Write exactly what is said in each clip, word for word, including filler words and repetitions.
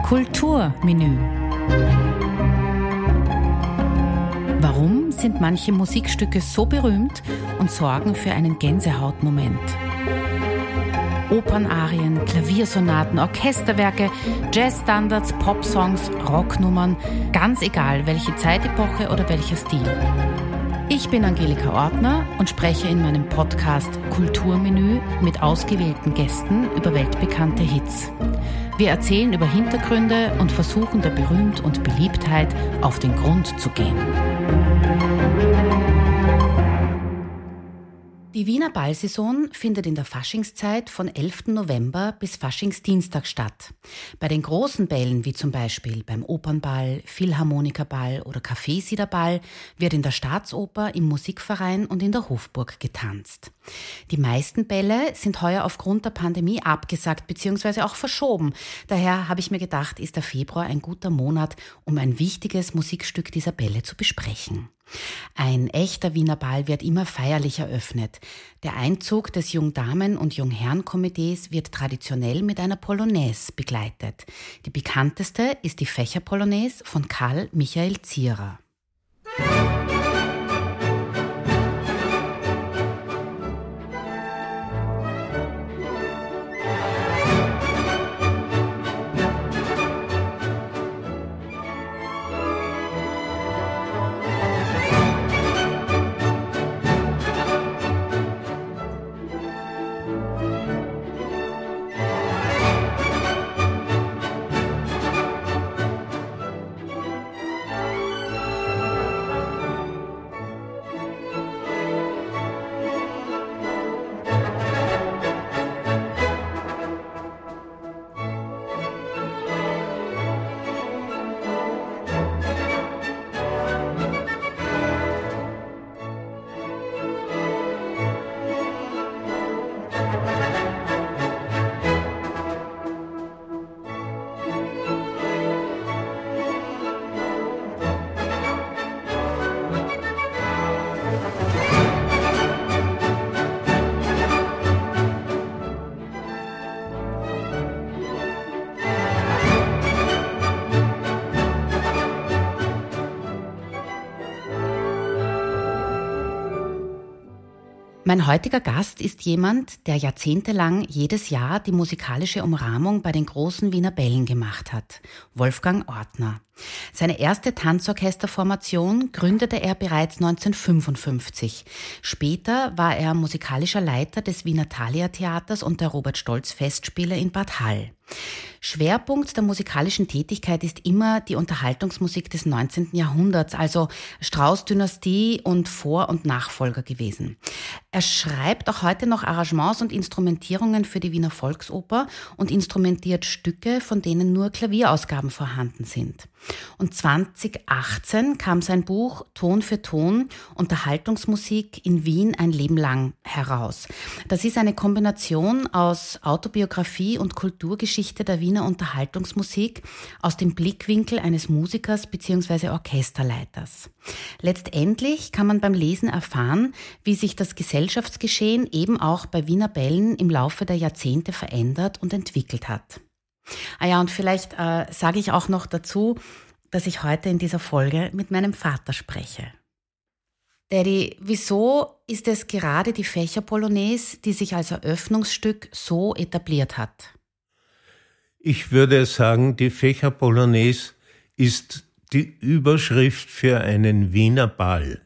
Kulturmenü. Warum sind manche Musikstücke so berühmt und sorgen für einen Gänsehautmoment? Opernarien, Klaviersonaten, Orchesterwerke, Jazzstandards, Popsongs, Rocknummern, ganz egal welche Zeitepoche oder welcher Stil. Ich bin Angelika Ortner und spreche in meinem Podcast Kulturmenü mit ausgewählten Gästen über weltbekannte Hits. Wir erzählen über Hintergründe und versuchen der Berühmt und Beliebtheit auf den Grund zu gehen. Die Wiener Ballsaison findet in der Faschingszeit von elften November bis Faschingsdienstag statt. Bei den großen Bällen, wie zum Beispiel beim Opernball, Philharmonikerball oder Kaffeesiederball, wird in der Staatsoper, im Musikverein und in der Hofburg getanzt. Die meisten Bälle sind heuer aufgrund der Pandemie abgesagt bzw. auch verschoben. Daher habe ich mir gedacht, ist der Februar ein guter Monat, um ein wichtiges Musikstück dieser Bälle zu besprechen. Ein echter Wiener Ball wird immer feierlich eröffnet. Der Einzug des Jungdamen- und Jungherrenkomitees wird traditionell mit einer Polonaise begleitet. Die bekannteste ist die Fächerpolonaise von Karl Michael Zierer. Mein heutiger Gast ist jemand, der jahrzehntelang jedes Jahr die musikalische Umrahmung bei den großen Wiener Bällen gemacht hat. Wolfgang Ortner. Seine erste Tanzorchesterformation gründete er bereits neunzehnhundertfünfundfünfzig. Später war er musikalischer Leiter des Wiener Thalia Theaters und der Robert-Stolz-Festspiele in Bad Hall. Schwerpunkt der musikalischen Tätigkeit ist immer die Unterhaltungsmusik des neunzehnten Jahrhunderts, also Strauß-Dynastie und Vor- und Nachfolger gewesen. Er schreibt auch heute noch Arrangements und Instrumentierungen für die Wiener Volksoper und instrumentiert Stücke, von denen nur Klavierausgaben vorhanden sind. Und zweitausendachtzehn kam sein Buch Ton für Ton, Unterhaltungsmusik in Wien ein Leben lang heraus. Das ist eine Kombination aus Autobiografie und Kulturgeschichte der Wiener Unterhaltungsmusik aus dem Blickwinkel eines Musikers bzw. Orchesterleiters. Letztendlich kann man beim Lesen erfahren, wie sich das Gesellschaftsgeschehen eben auch bei Wiener Bällen im Laufe der Jahrzehnte verändert und entwickelt hat. Ah ja, und vielleicht äh, sage ich auch noch dazu, dass ich heute in dieser Folge mit meinem Vater spreche. Daddy, wieso ist es gerade die Fächerpolonaise, die sich als Eröffnungsstück so etabliert hat? Ich würde sagen, die Fächerpolonaise ist die Überschrift für einen Wiener Ball.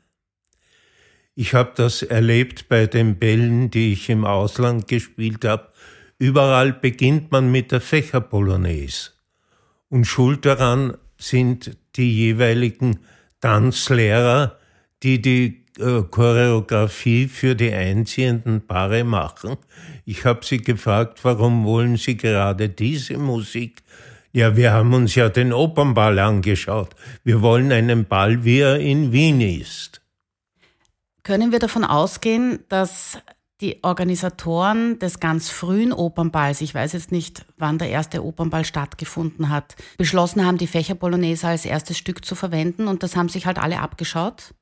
Ich habe das erlebt bei den Bällen, die ich im Ausland gespielt habe. Überall beginnt man mit der Fächerpolonaise. Und schuld daran sind die jeweiligen Tanzlehrer, die die äh, Choreografie für die einziehenden Paare machen. Ich habe sie gefragt, warum wollen sie gerade diese Musik? Ja, wir haben uns ja den Opernball angeschaut. Wir wollen einen Ball, wie er in Wien ist. Können wir davon ausgehen, dass die Organisatoren des ganz frühen Opernballs, ich weiß jetzt nicht, wann der erste Opernball stattgefunden hat, beschlossen haben, die Fächerpolonaise als erstes Stück zu verwenden und das haben sich halt alle abgeschaut?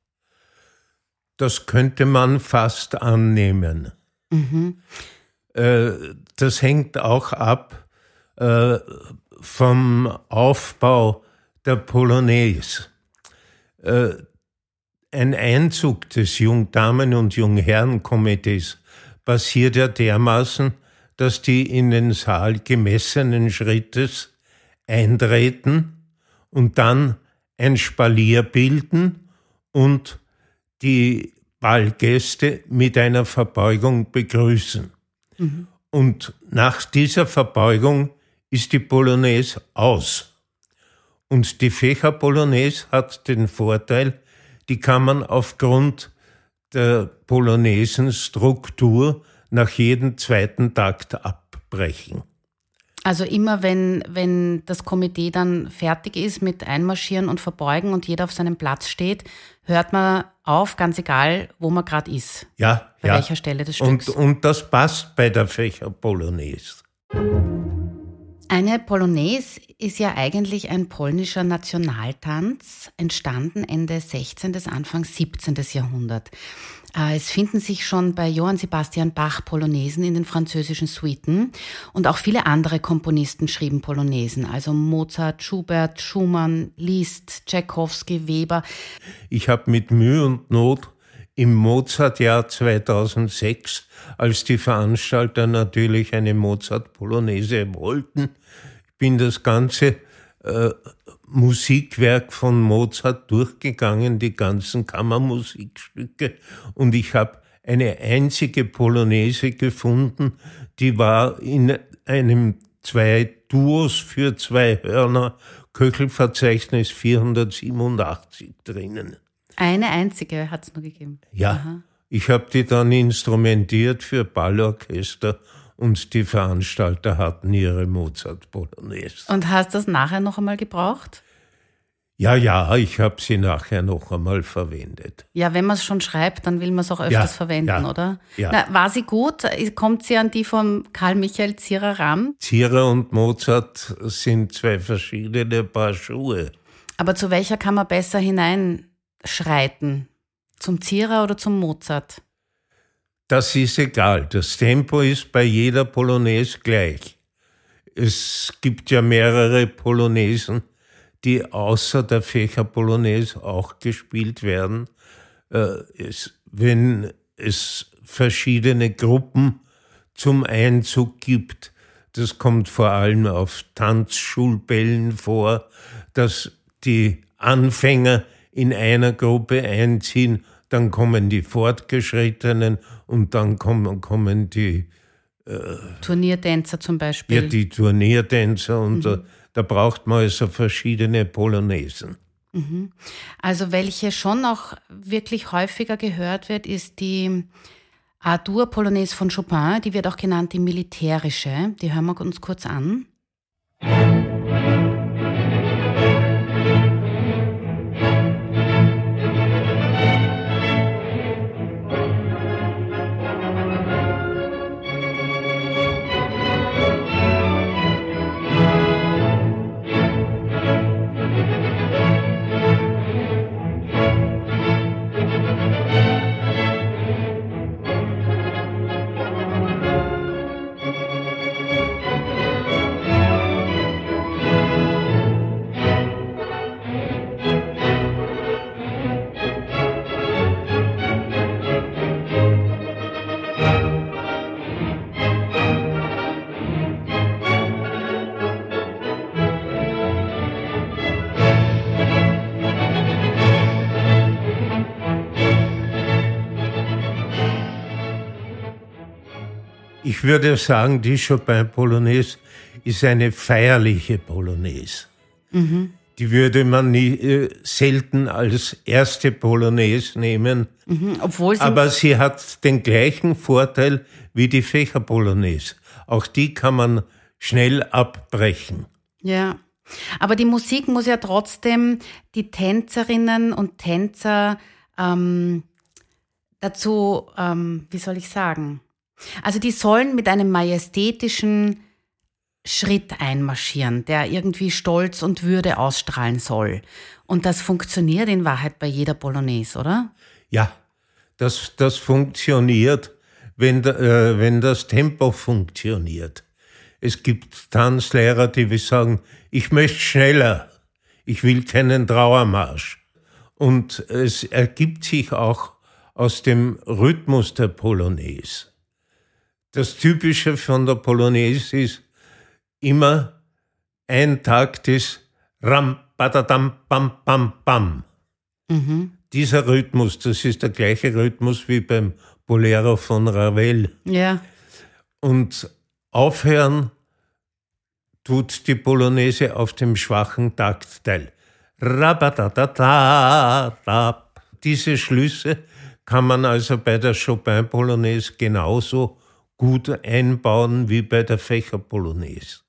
Das könnte man fast annehmen. Mhm. Äh, das hängt auch ab äh, vom Aufbau der Polonaise. Äh, ein Einzug des Jungdamen- und Jungherrenkomitees passiert ja dermaßen, dass die in den Saal gemessenen Schrittes eintreten und dann ein Spalier bilden und die Ballgäste mit einer Verbeugung begrüßen. Mhm. Und nach dieser Verbeugung ist die Polonaise aus. Und die Fächer-Polonaise hat den Vorteil, die kann man aufgrund der Polonaisenstruktur nach jedem zweiten Takt abbrechen. Also immer, wenn, wenn das Komitee dann fertig ist mit Einmarschieren und Verbeugen und jeder auf seinem Platz steht, hört man auf, ganz egal, wo man gerade ist. Ja, bei ja. welcher Stelle des Stücks. Und, und das passt bei der Fächer-Polonaise. Eine Polonaise ist ja eigentlich ein polnischer Nationaltanz, entstanden Ende sechzehnten. Anfang siebzehnten. Jahrhundert. Es finden sich schon bei Johann Sebastian Bach Polonaisen in den französischen Suiten und auch viele andere Komponisten schrieben Polonaisen, also Mozart, Schubert, Schumann, Liszt, Tschaikowski, Weber. Ich habe mit Mühe und Not im Mozartjahr zweitausendsechs, als die Veranstalter natürlich eine Mozart-Polonaise wollten, bin das ganze äh, Musikwerk von Mozart durchgegangen, die ganzen Kammermusikstücke, und ich habe eine einzige Polonaise gefunden, die war in einem zwei Duos für zwei Hörner, Köchelverzeichnis vierhundertsiebenundachtzig drinnen. Eine einzige hat es nur gegeben? Ja, aha. Ich habe die dann instrumentiert für Ballorchester und die Veranstalter hatten ihre Mozart-Polonaise. Und hast du das nachher noch einmal gebraucht? Ja, ja, ich habe sie nachher noch einmal verwendet. Ja, wenn man es schon schreibt, dann will man es auch öfters ja, verwenden, ja, oder? Ja. Na, war sie gut? Kommt sie an die von Karl Michael Zierer ran? Zierer und Mozart sind zwei verschiedene Paar Schuhe. Aber zu welcher kann man besser hineinschreiten? Zum Zierer oder zum Mozart? Das ist egal. Das Tempo ist bei jeder Polonaise gleich. Es gibt ja mehrere Polonaisen, die außer der Fächer-Polonaise auch gespielt werden. Es, wenn es verschiedene Gruppen zum Einzug gibt, das kommt vor allem auf Tanzschulbällen vor, dass die Anfänger in einer Gruppe einziehen, dann kommen die Fortgeschrittenen und dann kommen, kommen die äh, Turniertänzer zum Beispiel. Ja, die Turniertänzer und mhm. da, da braucht man also verschiedene Polonaisen. Mhm. Also welche schon auch wirklich häufiger gehört wird, ist die A-Dur-Polonaise von Chopin, die wird auch genannt die militärische. Die hören wir uns kurz an. Ich würde sagen, die Chopin-Polonaise ist eine feierliche Polonaise. Mhm. Die würde man nie, äh, selten als erste Polonaise nehmen. Mhm, obwohl sie aber sie hat den gleichen Vorteil wie die Fächer-Polonaise. Auch die kann man schnell abbrechen. Ja, aber die Musik muss ja trotzdem die Tänzerinnen und Tänzer ähm, dazu, ähm, wie soll ich sagen, also die sollen mit einem majestätischen Schritt einmarschieren, der irgendwie Stolz und Würde ausstrahlen soll. Und das funktioniert in Wahrheit bei jeder Polonaise, oder? Ja, das, das funktioniert, wenn, äh, wenn das Tempo funktioniert. Es gibt Tanzlehrer, die sagen, ich möchte schneller, ich will keinen Trauermarsch. Und es ergibt sich auch aus dem Rhythmus der Polonaise. Das Typische von der Polonaise ist immer ein Takt ist Ram, Badadam, Bam, Bam, Bam. Mhm. Dieser Rhythmus, das ist der gleiche Rhythmus wie beim Bolero von Ravel. Ja. Und aufhören tut die Polonaise auf dem schwachen Taktteil. Rabadadada. Diese Schlüsse kann man also bei der Chopin-Polonaise genauso gut einbauen wie bei der Fächer-Polonaise.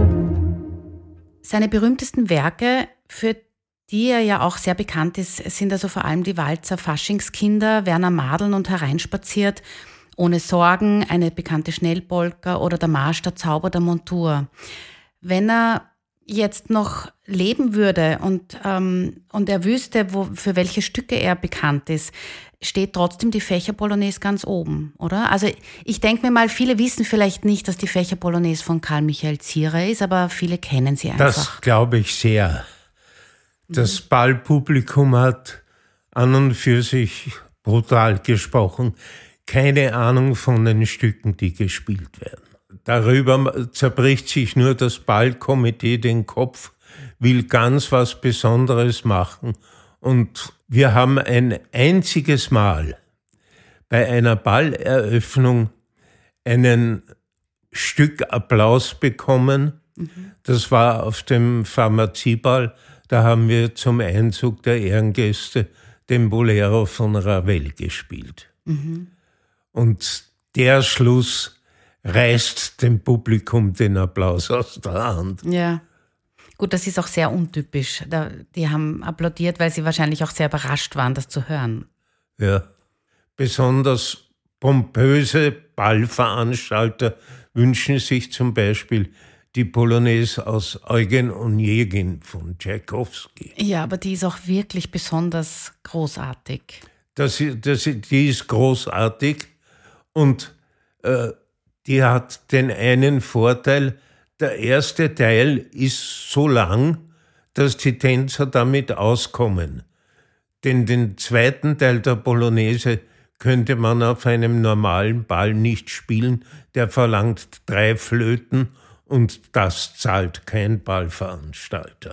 Seine berühmtesten Werke, für die er ja auch sehr bekannt ist, sind also vor allem die Walzer Faschingskinder, Werner Madeln und Hereinspaziert, Ohne Sorgen, eine bekannte Schnellpolka oder der Marsch der Zauber der Montur. Wenn er jetzt noch leben würde und, ähm, und er wüsste, wo, für welche Stücke er bekannt ist, steht trotzdem die Fächer-Polonaise ganz oben, oder? Also ich denke mir mal, viele wissen vielleicht nicht, dass die Fächer-Polonaise von Karl Michael Zierer ist, aber viele kennen sie einfach. Das glaube ich sehr. Das Ballpublikum hat an und für sich, brutal gesprochen, keine Ahnung von den Stücken, die gespielt werden. Darüber zerbricht sich nur das Ballkomitee den Kopf, will ganz was Besonderes machen. Und wir haben ein einziges Mal bei einer Balleröffnung einen Stückapplaus bekommen. Mhm. Das war auf dem Pharmazieball. Da haben wir zum Einzug der Ehrengäste den Bolero von Ravel gespielt. Mhm. Und der Schluss reißt dem Publikum den Applaus aus der Hand. Ja. Gut, das ist auch sehr untypisch. Die haben applaudiert, weil sie wahrscheinlich auch sehr überrascht waren, das zu hören. Ja. Besonders pompöse Ballveranstalter wünschen sich zum Beispiel die Polonaise aus Eugen Onegin von Tschaikowski. Ja, aber die ist auch wirklich besonders großartig. Das, das, die ist großartig und äh, die hat den einen Vorteil, der erste Teil ist so lang, dass die Tänzer damit auskommen. Denn den zweiten Teil der Polonaise könnte man auf einem normalen Ball nicht spielen. Der verlangt drei Flöten und das zahlt kein Ballveranstalter.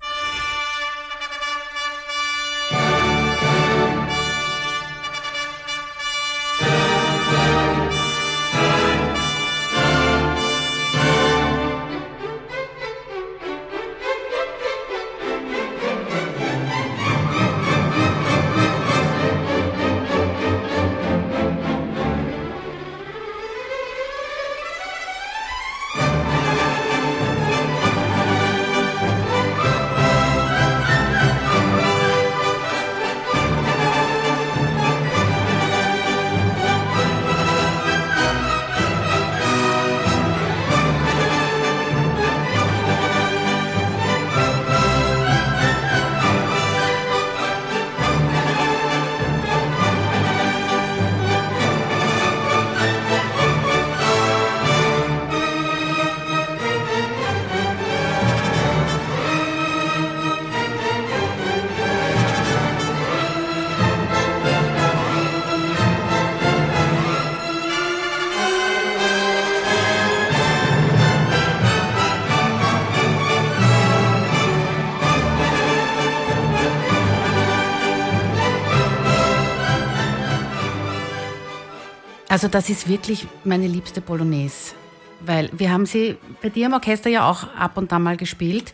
Also das ist wirklich meine liebste Polonaise, weil wir haben sie bei dir im Orchester ja auch ab und an mal gespielt.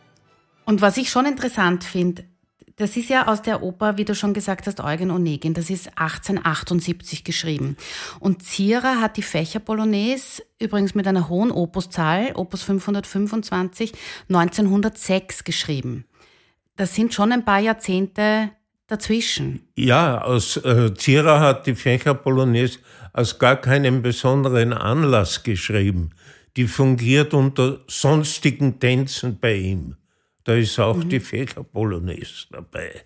Und was ich schon interessant finde, das ist ja aus der Oper, wie du schon gesagt hast, Eugen Onegin, das ist achtzehnhundertachtundsiebzig geschrieben. Und Zierer hat die Fächer-Polonaise, übrigens mit einer hohen Opuszahl, Opus fünfhundertfünfundzwanzig, neunzehnhundertsechs geschrieben. Das sind schon ein paar Jahrzehnte dazwischen. Ja, aus, äh, Zierer hat die Fächer-Polonaise aus gar keinem besonderen Anlass geschrieben. Die fungiert unter sonstigen Tänzen bei ihm. Da ist auch mhm. die Fächer-Polonaise dabei.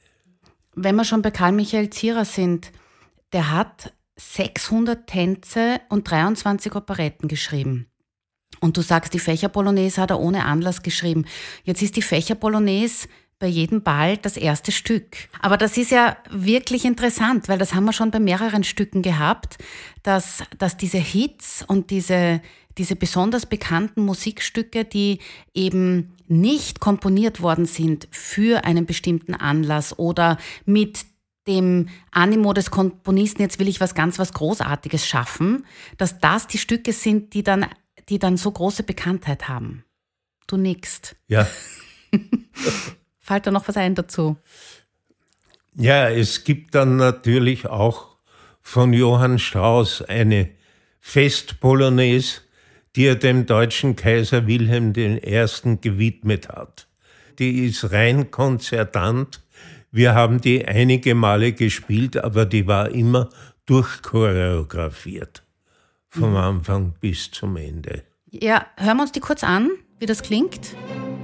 Wenn wir schon bei Karl Michael Zierer sind, der hat sechshundert Tänze und dreiundzwanzig Operetten geschrieben. Und du sagst, die Fächer-Polonaise hat er ohne Anlass geschrieben. Jetzt ist die Fächer-Polonaise bei jedem Ball das erste Stück. Aber das ist ja wirklich interessant, weil das haben wir schon bei mehreren Stücken gehabt, dass, dass diese Hits und diese, diese besonders bekannten Musikstücke, die eben nicht komponiert worden sind für einen bestimmten Anlass oder mit dem Animo des Komponisten, jetzt will ich was ganz was Großartiges schaffen, dass das die Stücke sind, die dann, die dann so große Bekanntheit haben. Du nickst. Ja. Fällt da noch was ein dazu? Ja, es gibt dann natürlich auch von Johann Strauss eine Festpolonaise, die er dem deutschen Kaiser Wilhelm der Erste gewidmet hat. Die ist rein konzertant. Wir haben die einige Male gespielt, aber die war immer durchchoreografiert. Vom Anfang bis zum Ende. Ja, hören wir uns die kurz an, wie das klingt.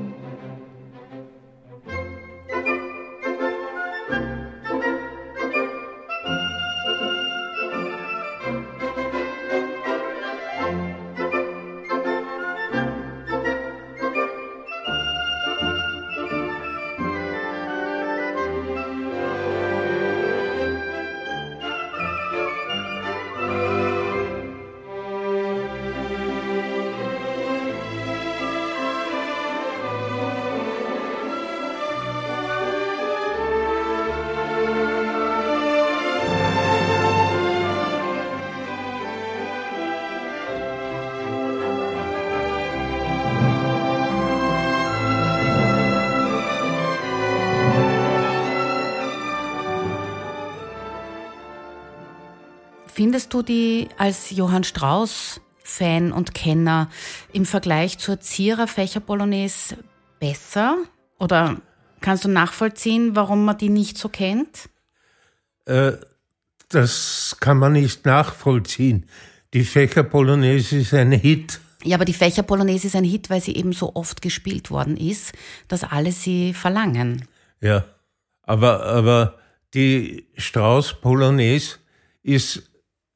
Findest du die als Johann Strauss-Fan und Kenner im Vergleich zur Zierer Fächer-Polonaise besser? Oder kannst du nachvollziehen, warum man die nicht so kennt? Äh, das kann man nicht nachvollziehen. Die Fächer-Polonaise ist ein Hit. Ja, aber die Fächer-Polonaise ist ein Hit, weil sie eben so oft gespielt worden ist, dass alle sie verlangen. Ja, aber, aber die Strauss-Polonaise ist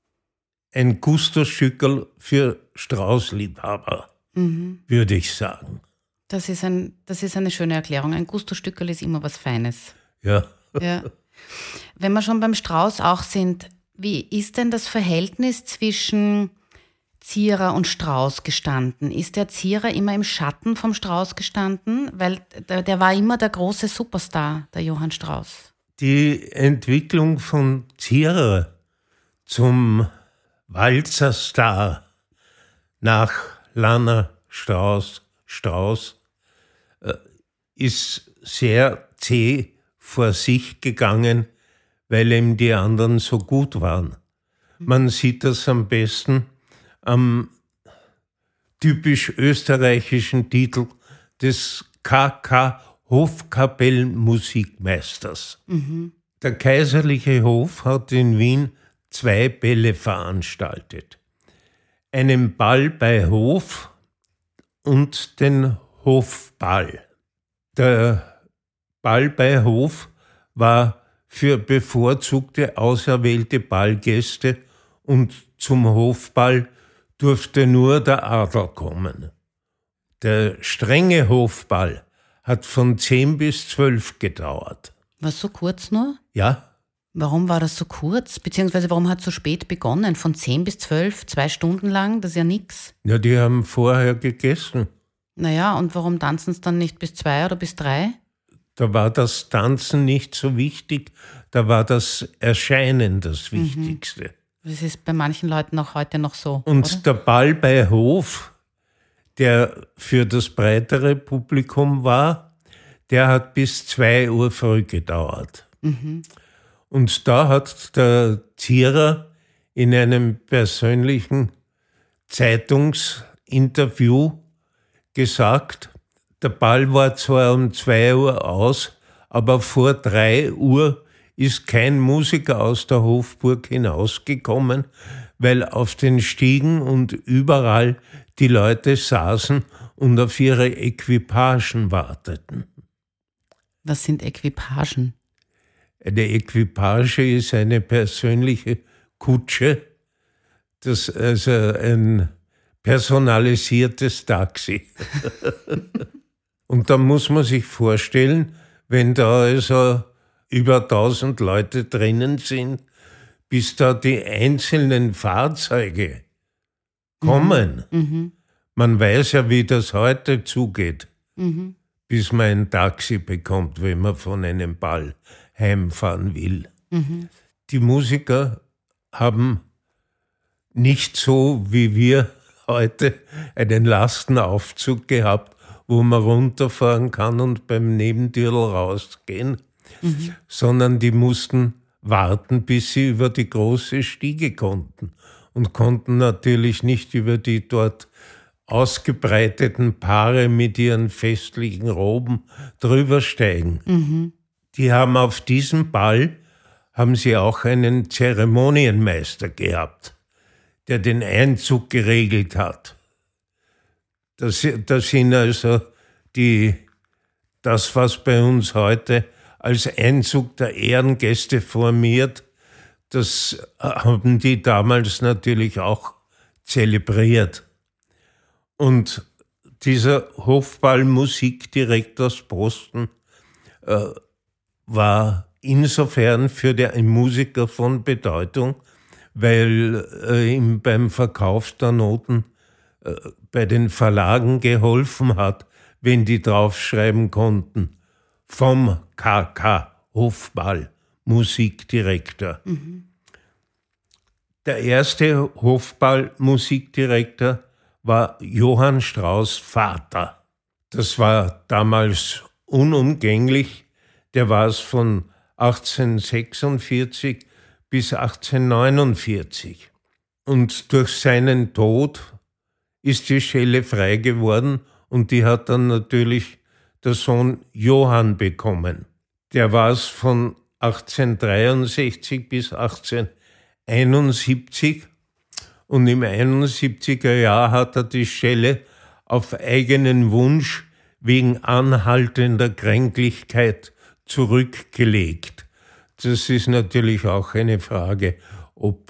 ein Gusto-Stückerl für Strauß-Liebhaber, mhm. würde ich sagen. Das ist, ein, das ist eine schöne Erklärung. Ein Gusto-Stückerl ist immer was Feines. Ja. ja. Wenn wir schon beim Strauß auch sind, wie ist denn das Verhältnis zwischen Zierer und Strauß gestanden? Ist der Zierer immer im Schatten vom Strauß gestanden? Weil der, der war immer der große Superstar, der Johann Strauß. Die Entwicklung von Zierer zum Walzerstar nach Lanner, Strauß, Strauß äh, ist sehr zäh vor sich gegangen, weil ihm die anderen so gut waren. Man sieht das am besten am typisch österreichischen Titel des K K Hofkapellmusikmeisters. Mhm. Der kaiserliche Hof hat in Wien zwei Bälle veranstaltet. Einen Ball bei Hof und den Hofball. Der Ball bei Hof war für bevorzugte auserwählte Ballgäste und zum Hofball durfte nur der Adel kommen. Der strenge Hofball hat von zehn bis zwölf gedauert. Was, so kurz nur? Ja. Warum war das so kurz? Beziehungsweise warum hat es so spät begonnen? Von zehn bis zwölf, zwei Stunden lang? Das ist ja nix. Ja, die haben vorher gegessen. Naja, und warum tanzen sie dann nicht bis zwei oder bis drei? Da war das Tanzen nicht so wichtig, da war das Erscheinen das Wichtigste. Mhm. Das ist bei manchen Leuten auch heute noch so. Und oder? Der Ball bei Hof, der für das breitere Publikum war, der hat bis zwei Uhr früh gedauert. Mhm. Und da hat der Zierer in einem persönlichen Zeitungsinterview gesagt, der Ball war zwar um zwei Uhr aus, aber vor drei Uhr ist kein Musiker aus der Hofburg hinausgekommen, weil auf den Stiegen und überall die Leute saßen und auf ihre Equipagen warteten. Was sind Equipagen? Eine Equipage ist eine persönliche Kutsche, das also ein personalisiertes Taxi. Und da muss man sich vorstellen, wenn da also über tausend Leute drinnen sind, bis da die einzelnen Fahrzeuge kommen. Mhm. Man weiß ja, wie das heute zugeht, mhm. bis man ein Taxi bekommt, wenn man von einem Ball heimfahren will. Mhm. Die Musiker haben nicht so wie wir heute einen Lastenaufzug gehabt, wo man runterfahren kann und beim Nebentürl rausgehen, mhm. sondern die mussten warten, bis sie über die große Stiege konnten und konnten natürlich nicht über die dort ausgebreiteten Paare mit ihren festlichen Roben drüber steigen. Mhm. Die haben auf diesem Ball haben sie auch einen Zeremonienmeister gehabt, der den Einzug geregelt hat. Das, das sind also die, das, was bei uns heute als Einzug der Ehrengäste formiert, das haben die damals natürlich auch zelebriert. Und dieser Hofball-Musikdirektorsposten äh, war insofern für den Musiker von Bedeutung, weil äh, ihm beim Verkauf der Noten äh, bei den Verlagen geholfen hat, wenn die draufschreiben konnten, vom K K Hofball Musikdirektor. Mhm. Der erste Hofball-Musikdirektor war Johann Strauss Vater. Das war damals unumgänglich. Der war es von achtzehnhundertsechsundvierzig bis achtzehnhundertneunundvierzig. Und durch seinen Tod ist die Stelle frei geworden und die hat dann natürlich der Sohn Johann bekommen. Der war es von achtzehnhundertdreiundsechzig bis achtzehnhunderteinundsiebzig und im einundsiebziger Jahr hat er die Stelle auf eigenen Wunsch wegen anhaltender Kränklichkeit zurückgelegt. Das ist natürlich auch eine Frage, ob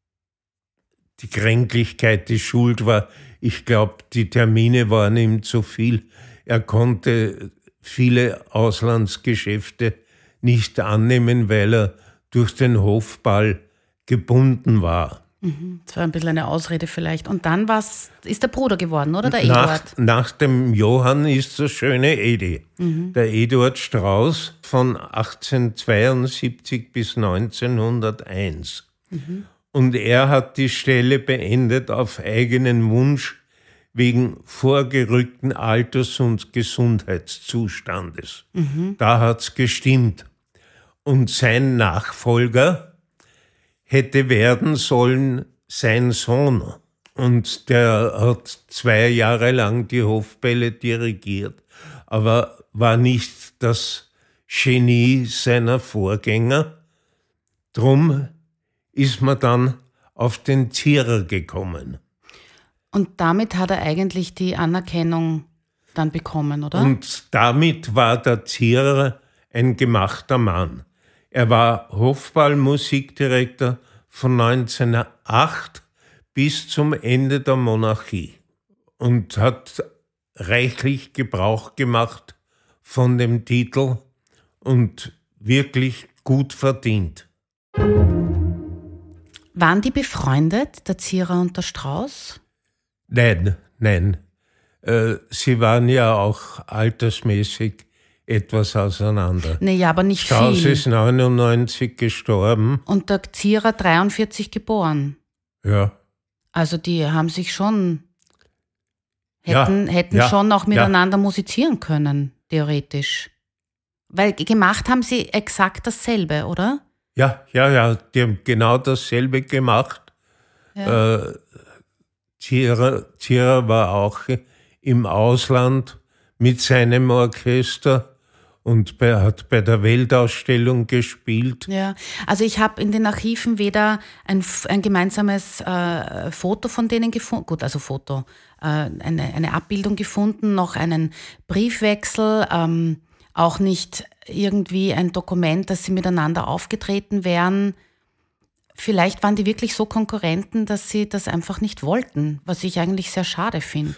die Kränklichkeit die Schuld war. Ich glaube, die Termine waren ihm zu viel. Er konnte viele Auslandsgeschäfte nicht annehmen, weil er durch den Hofball gebunden war. Das war ein bisschen eine Ausrede vielleicht. Und dann war's, ist der Bruder geworden, oder? Der Eduard? Nach, nach dem Johann ist der schöne Edi. Mhm. Der Eduard Strauss von achtzehnhundertzweiundsiebzig bis neunzehnhunderteins. Mhm. Und er hat die Stelle beendet auf eigenen Wunsch wegen vorgerückten Alters- und Gesundheitszustandes. Mhm. Da hat's gestimmt. Und sein Nachfolger hätte werden sollen sein Sohn. Und der hat zwei Jahre lang die Hofbälle dirigiert, aber war nicht das Genie seiner Vorgänger. Drum ist man dann auf den Zierer gekommen. Und damit hat er eigentlich die Anerkennung dann bekommen, oder? Und damit war der Zierer ein gemachter Mann. Er war Hofball-Musikdirektor von neunzehnhundertacht bis zum Ende der Monarchie und hat reichlich Gebrauch gemacht von dem Titel und wirklich gut verdient. Waren die befreundet, der Zierer und der Strauss? Nein, nein. Äh, sie waren ja auch altersmäßig etwas auseinander. Naja, aber nicht Strauss viel. ist neunundneunzig gestorben. Und der Zierer dreiundvierzig geboren. Ja. Also die haben sich schon, hätten, ja, hätten ja, schon auch miteinander ja. musizieren können, theoretisch. Weil gemacht haben sie exakt dasselbe, oder? Ja, ja, ja, die haben genau dasselbe gemacht. Ja. Äh, Zierer, Zierer war auch im Ausland mit seinem Orchester und bei, hat bei der Weltausstellung gespielt. Ja, also ich habe in den Archiven weder ein, ein gemeinsames äh, Foto von denen gefunden, gut, also Foto, äh, eine, eine Abbildung gefunden, noch einen Briefwechsel, ähm, auch nicht irgendwie ein Dokument, dass sie miteinander aufgetreten wären. vielleicht waren die wirklich so Konkurrenten, dass sie das einfach nicht wollten, was ich eigentlich sehr schade finde.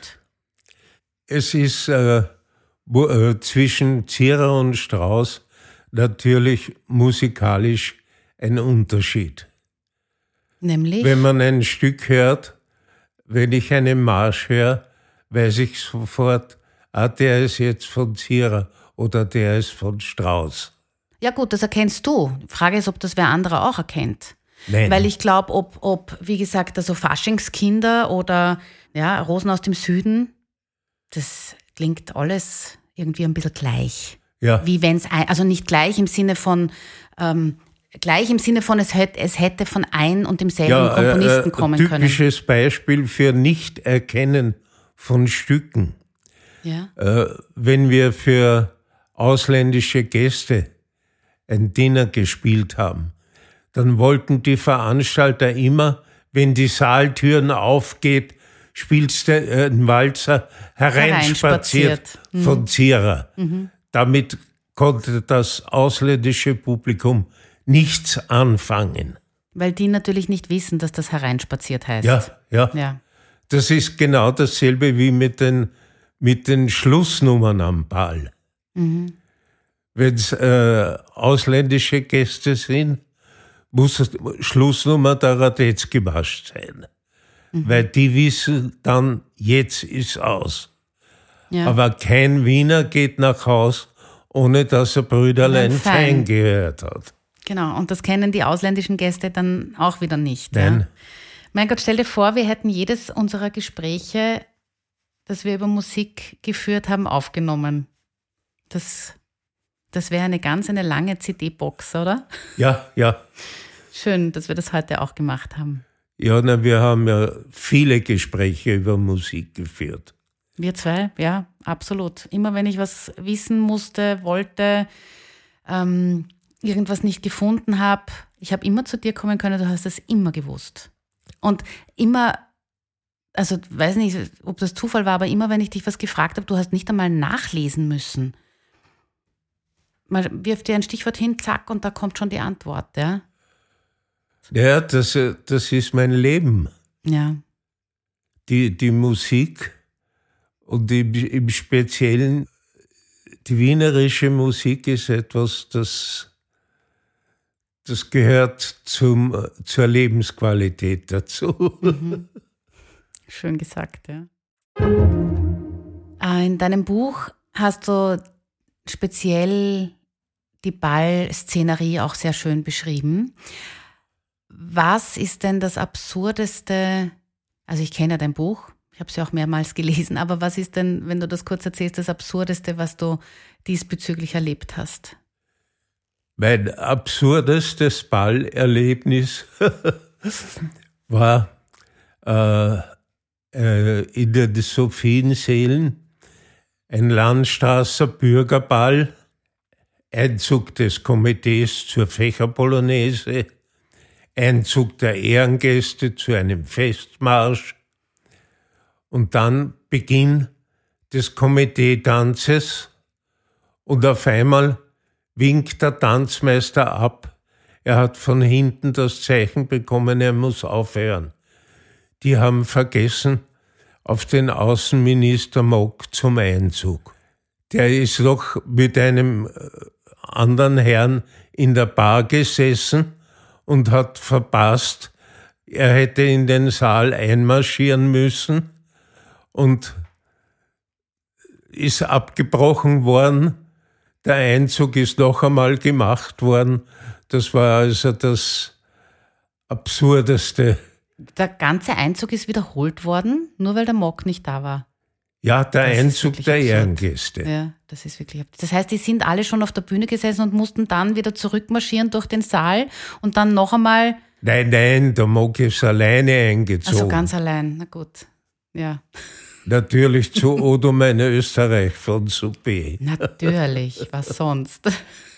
Es ist äh, wo, äh, zwischen Zierer und Strauss natürlich musikalisch ein Unterschied. Nämlich? Wenn man ein Stück hört, wenn ich einen Marsch höre, weiß ich sofort, ah, der ist jetzt von Zierer oder der ist von Strauss. Ja gut, das erkennst du. Die Frage ist, ob das wer anderer auch erkennt. Nein. Weil ich glaube, ob, ob, wie gesagt, also Faschingskinder oder ja, Rosen aus dem Süden, das klingt alles irgendwie ein bisschen gleich. Ja. Wie wenn es, also nicht gleich im Sinne von, ähm, gleich im Sinne von, es hätte, es hätte von ein und demselben ja, Komponisten äh, kommen typisches können. Typisches Beispiel für Nicht-Erkennen von Stücken. Ja. Äh, wenn wir für ausländische Gäste ein Dinner gespielt haben, dann wollten die Veranstalter immer, wenn die Saaltüren aufgeht, spielst du äh, einen Walzer hereinspaziert, hereinspaziert. Mhm. von Zierer. Mhm. Damit konnte das ausländische Publikum nichts anfangen. Weil die natürlich nicht wissen, dass das hereinspaziert heißt. Ja, ja. ja. Das ist genau dasselbe wie mit den, mit den Schlussnummern am Ball. Mhm. Wenn es äh, ausländische Gäste sind, muss Schlussnummer der Radetzky-Marsch sein. Mhm. Weil die wissen dann, jetzt ist aus. Ja. Aber kein Wiener geht nach Haus, ohne dass er Brüderlein fein gehört hat. Genau, und das kennen die ausländischen Gäste dann auch wieder nicht. Nein. Ja? Mein Gott, stell dir vor, wir hätten jedes unserer Gespräche, das wir über Musik geführt haben, aufgenommen. Das, das wäre eine ganz eine lange C D-Box, oder? Ja, ja. Schön, dass wir das heute auch gemacht haben. Ja, na, wir haben ja viele Gespräche über Musik geführt. Wir zwei, ja, absolut. Immer wenn ich was wissen musste, wollte, ähm, irgendwas nicht gefunden habe, ich habe immer zu dir kommen können, du hast es immer gewusst. Und immer, also weiß nicht, ob das Zufall war, aber immer, wenn ich dich was gefragt habe, du hast nicht einmal nachlesen müssen. Man wirft dir ein Stichwort hin, zack, und da kommt schon die Antwort, ja? Ja, das, das ist mein Leben. Ja. Die, die Musik und die, im Speziellen die wienerische Musik ist etwas, das, das gehört zum, zur Lebensqualität dazu. Mhm. Schön gesagt, ja. In deinem Buch hast du speziell die Ballszenerie auch sehr schön beschrieben. Was ist denn das Absurdeste, also ich kenne ja dein Buch, ich habe es ja auch mehrmals gelesen, aber was ist denn, wenn du das kurz erzählst, das Absurdeste, was du diesbezüglich erlebt hast? Mein absurdestes Ballerlebnis war äh, äh, in den Sophiensälen ein Landstrasser Bürgerball, Einzug des Komitees zur Fächerpolonaise, Einzug der Ehrengäste zu einem Festmarsch und dann Beginn des Komiteetanzes und auf einmal winkt der Tanzmeister ab. Er hat von hinten das Zeichen bekommen, er muss aufhören. Die haben vergessen auf den Außenminister Mock zum Einzug. Der ist doch mit einem anderen Herrn in der Bar gesessen und hat verpasst, er hätte in den Saal einmarschieren müssen und ist abgebrochen worden. Der Einzug ist noch einmal gemacht worden. Das war also das Absurdeste. Der ganze Einzug ist wiederholt worden, nur weil der Mock nicht da war. Ja, der das Einzug der absurd. Ehrengäste. Ja, das ist wirklich absurd. Das heißt, die sind alle schon auf der Bühne gesessen und mussten dann wieder zurückmarschieren durch den Saal und dann noch einmal... Nein, nein, der Mock ist alleine eingezogen. Also ganz allein, na gut, ja. Natürlich zu Odo meine Österreich von Suppé. Natürlich, was sonst?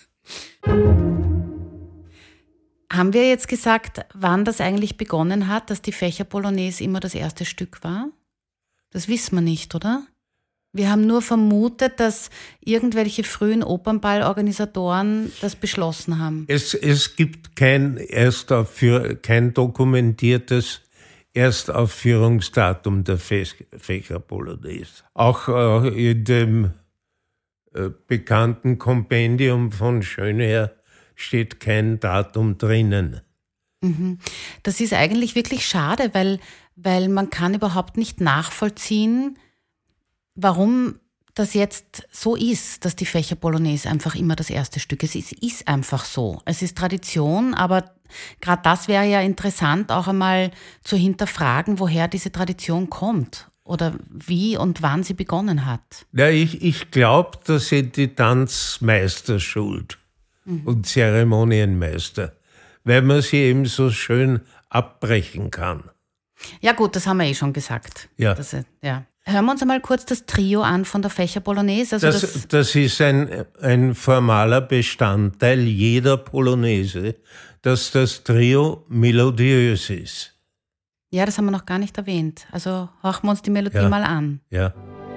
Haben wir jetzt gesagt, wann das eigentlich begonnen hat, dass die Fächerpolonaise immer das erste Stück war? Das wissen wir nicht, oder? Wir haben nur vermutet, dass irgendwelche frühen Opernballorganisatoren das beschlossen haben. Es, es gibt kein, Erstaufführ, kein dokumentiertes Erstaufführungsdatum der Fächer Polonaise. Auch äh, in dem äh, bekannten Kompendium von Schönherr steht kein Datum drinnen. Mhm. Das ist eigentlich wirklich schade, weil, weil man kann überhaupt nicht nachvollziehen, warum das jetzt so ist, dass die Fächer Polonaise einfach immer das erste Stück ist. Es ist einfach so. Es ist Tradition, aber gerade das wäre ja interessant, auch einmal zu hinterfragen, woher diese Tradition kommt oder wie und wann sie begonnen hat. Ja, ich, ich glaube, das sind die Tanzmeister schuld mhm. und Zeremonienmeister, weil man sie eben so schön abbrechen kann. Ja gut, das haben wir eh schon gesagt. Ja. Das, ja. Hören wir uns einmal kurz das Trio an von der Fächer Polonaise. Also das, das, das ist ein, ein formaler Bestandteil jeder Polonaise, dass das Trio melodiös ist. Ja, das haben wir noch gar nicht erwähnt. Also horchen wir uns die Melodie ja. mal an. Ja.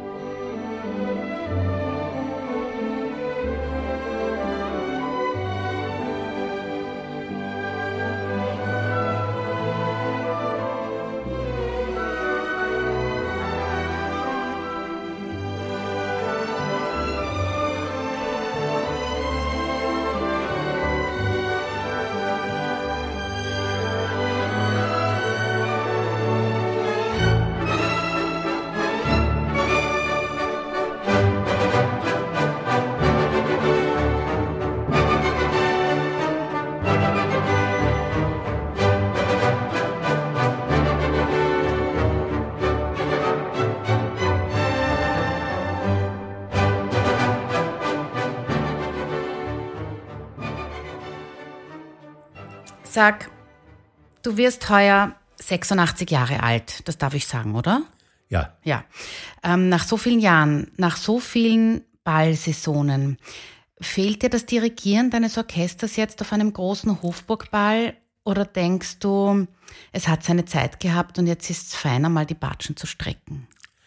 Sag, du wirst heuer sechsundachtzig Jahre alt, das darf ich sagen, oder? Ja. Ja. Ähm, nach so vielen Jahren, nach so vielen Ballsaisonen, fehlt dir das Dirigieren deines Orchesters jetzt auf einem großen Hofburgball oder denkst du, es hat seine Zeit gehabt und jetzt ist es feiner, mal die Batschen zu strecken?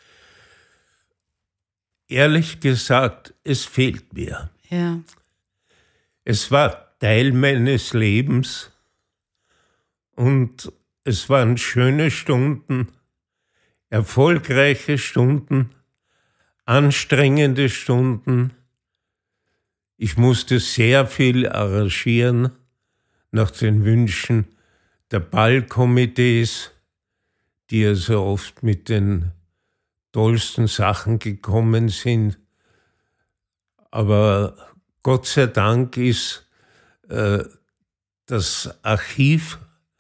Ehrlich gesagt, es fehlt mir. Ja. Es war Teil meines Lebens. Und es waren schöne Stunden, erfolgreiche Stunden, anstrengende Stunden. Ich musste sehr viel arrangieren nach den Wünschen der Ballkomitees, die ja so oft mit den tollsten Sachen gekommen sind. Aber Gott sei Dank ist äh, das Archiv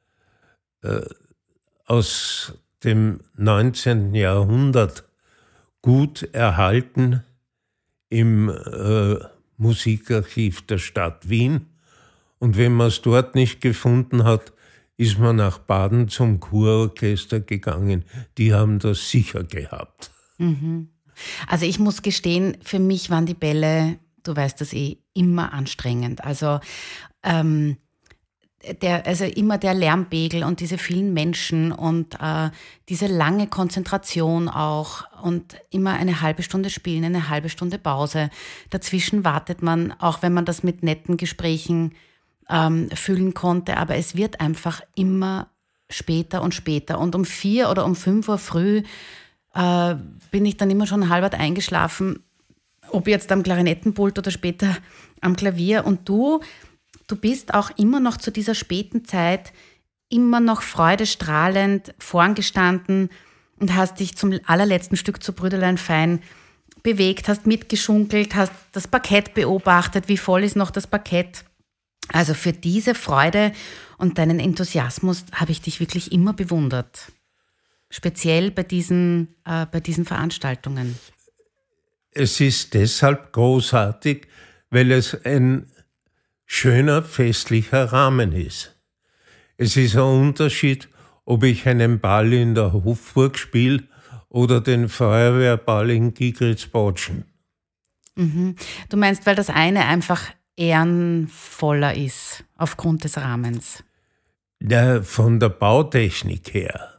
aus dem neunzehnten Jahrhundert gut erhalten im äh, Musikarchiv der Stadt Wien. Und wenn man es dort nicht gefunden hat, ist man nach Baden zum Kurorchester gegangen. Die haben das sicher gehabt. Mhm. Also ich muss gestehen, für mich waren die Bälle, du weißt das eh, immer anstrengend. Also ähm, Der, also immer der Lärmpegel und diese vielen Menschen und äh, diese lange Konzentration auch und immer eine halbe Stunde spielen, eine halbe Stunde Pause. Dazwischen wartet man, auch wenn man das mit netten Gesprächen ähm, füllen konnte, aber es wird einfach immer später und später. Und um vier oder um fünf Uhr früh äh, bin ich dann immer schon halb eingeschlafen, ob jetzt am Klarinettenpult oder später am Klavier. Und du... Du bist auch immer noch zu dieser späten Zeit immer noch freudestrahlend vorn gestanden und hast dich zum allerletzten Stück zu Brüderlein Fein bewegt, hast mitgeschunkelt, hast das Parkett beobachtet, wie voll ist noch das Parkett. Also für diese Freude und deinen Enthusiasmus habe ich dich wirklich immer bewundert. Speziell bei diesen, äh, bei diesen Veranstaltungen. Es ist deshalb großartig, weil es ein schöner festlicher Rahmen ist. Es ist ein Unterschied, ob ich einen Ball in der Hofburg spiele oder den Feuerwehrball in Giegritz-Botschen. Mhm. Du meinst, weil das eine einfach ehrenvoller ist, aufgrund des Rahmens? Ja, von der Bautechnik her.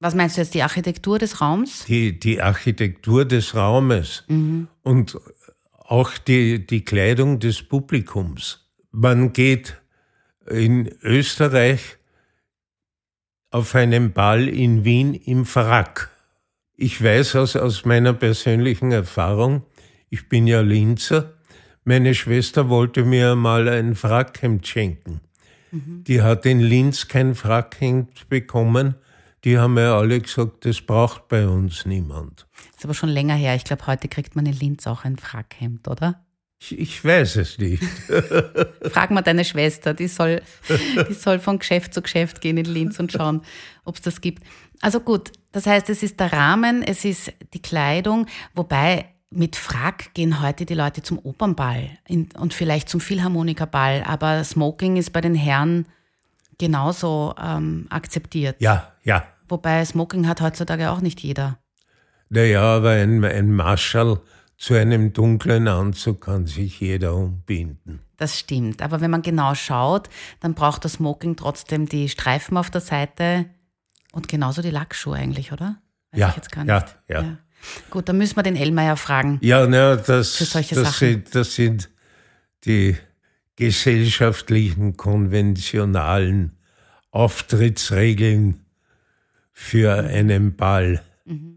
Was meinst du jetzt, die Architektur des Raums? Die, die Architektur des Raumes mhm. und auch die, die Kleidung des Publikums. Man geht in Österreich auf einem Ball in Wien im Frack. Ich weiß aus, aus meiner persönlichen Erfahrung, ich bin ja Linzer, meine Schwester wollte mir mal ein Frackhemd schenken. Mhm. Die hat in Linz kein Frackhemd bekommen. Die haben ja alle gesagt, das braucht bei uns niemand. Das ist aber schon länger her. Ich glaube, heute kriegt man in Linz auch ein Frackhemd, oder? Ich, ich weiß es nicht. Frag mal deine Schwester, die soll, die soll von Geschäft zu Geschäft gehen in Linz und schauen, ob es das gibt. Also gut, das heißt, es ist der Rahmen, es ist die Kleidung, wobei mit Frack gehen heute die Leute zum Opernball und vielleicht zum Philharmonikerball, aber Smoking ist bei den Herren genauso ähm, akzeptiert. Ja, ja. Wobei Smoking hat heutzutage auch nicht jeder. Naja, aber ein, ein Marschall zu einem dunklen Anzug kann sich jeder umbinden. Das stimmt, aber wenn man genau schaut, dann braucht das Smoking trotzdem die Streifen auf der Seite und genauso die Lackschuhe eigentlich, oder? Weiß ja, ich jetzt gar ja, nicht. ja, ja. Gut, dann müssen wir den Ellmeier fragen. Ja, na, das, für solche das, Sachen. Sind, das sind die gesellschaftlichen, konventionalen Auftrittsregeln für einen Ball. Mhm.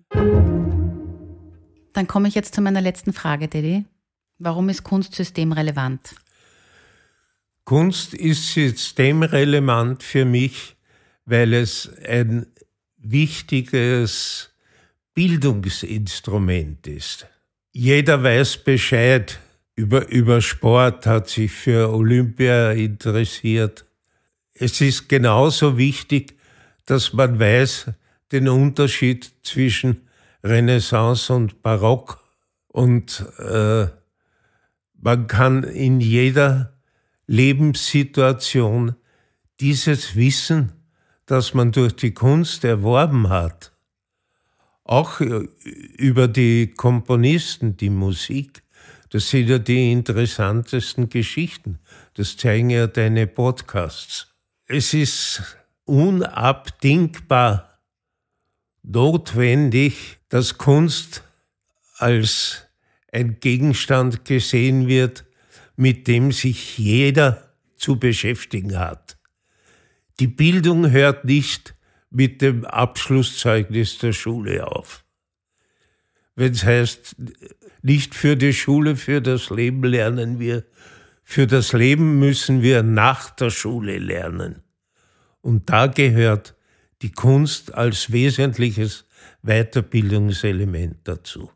Dann komme ich jetzt zu meiner letzten Frage, Dedi. Warum ist Kunst systemrelevant? Kunst ist systemrelevant für mich, weil es ein wichtiges Bildungsinstrument ist. Jeder weiß Bescheid über, über Sport, hat sich für Olympia interessiert. Es ist genauso wichtig, dass man weiß, den Unterschied zwischen Renaissance und Barock. Und äh, man kann in jeder Lebenssituation dieses Wissen, das man durch die Kunst erworben hat, auch über die Komponisten, die Musik, das sind ja die interessantesten Geschichten. Das zeigen ja deine Podcasts. Es ist unabdingbar notwendig, dass Kunst als ein Gegenstand gesehen wird, mit dem sich jeder zu beschäftigen hat. Die Bildung hört nicht mit dem Abschlusszeugnis der Schule auf. Wenn es heißt, nicht für die Schule, für das Leben lernen wir, für das Leben müssen wir nach der Schule lernen. Und da gehört die Kunst als wesentliches Weiterbildungselement dazu.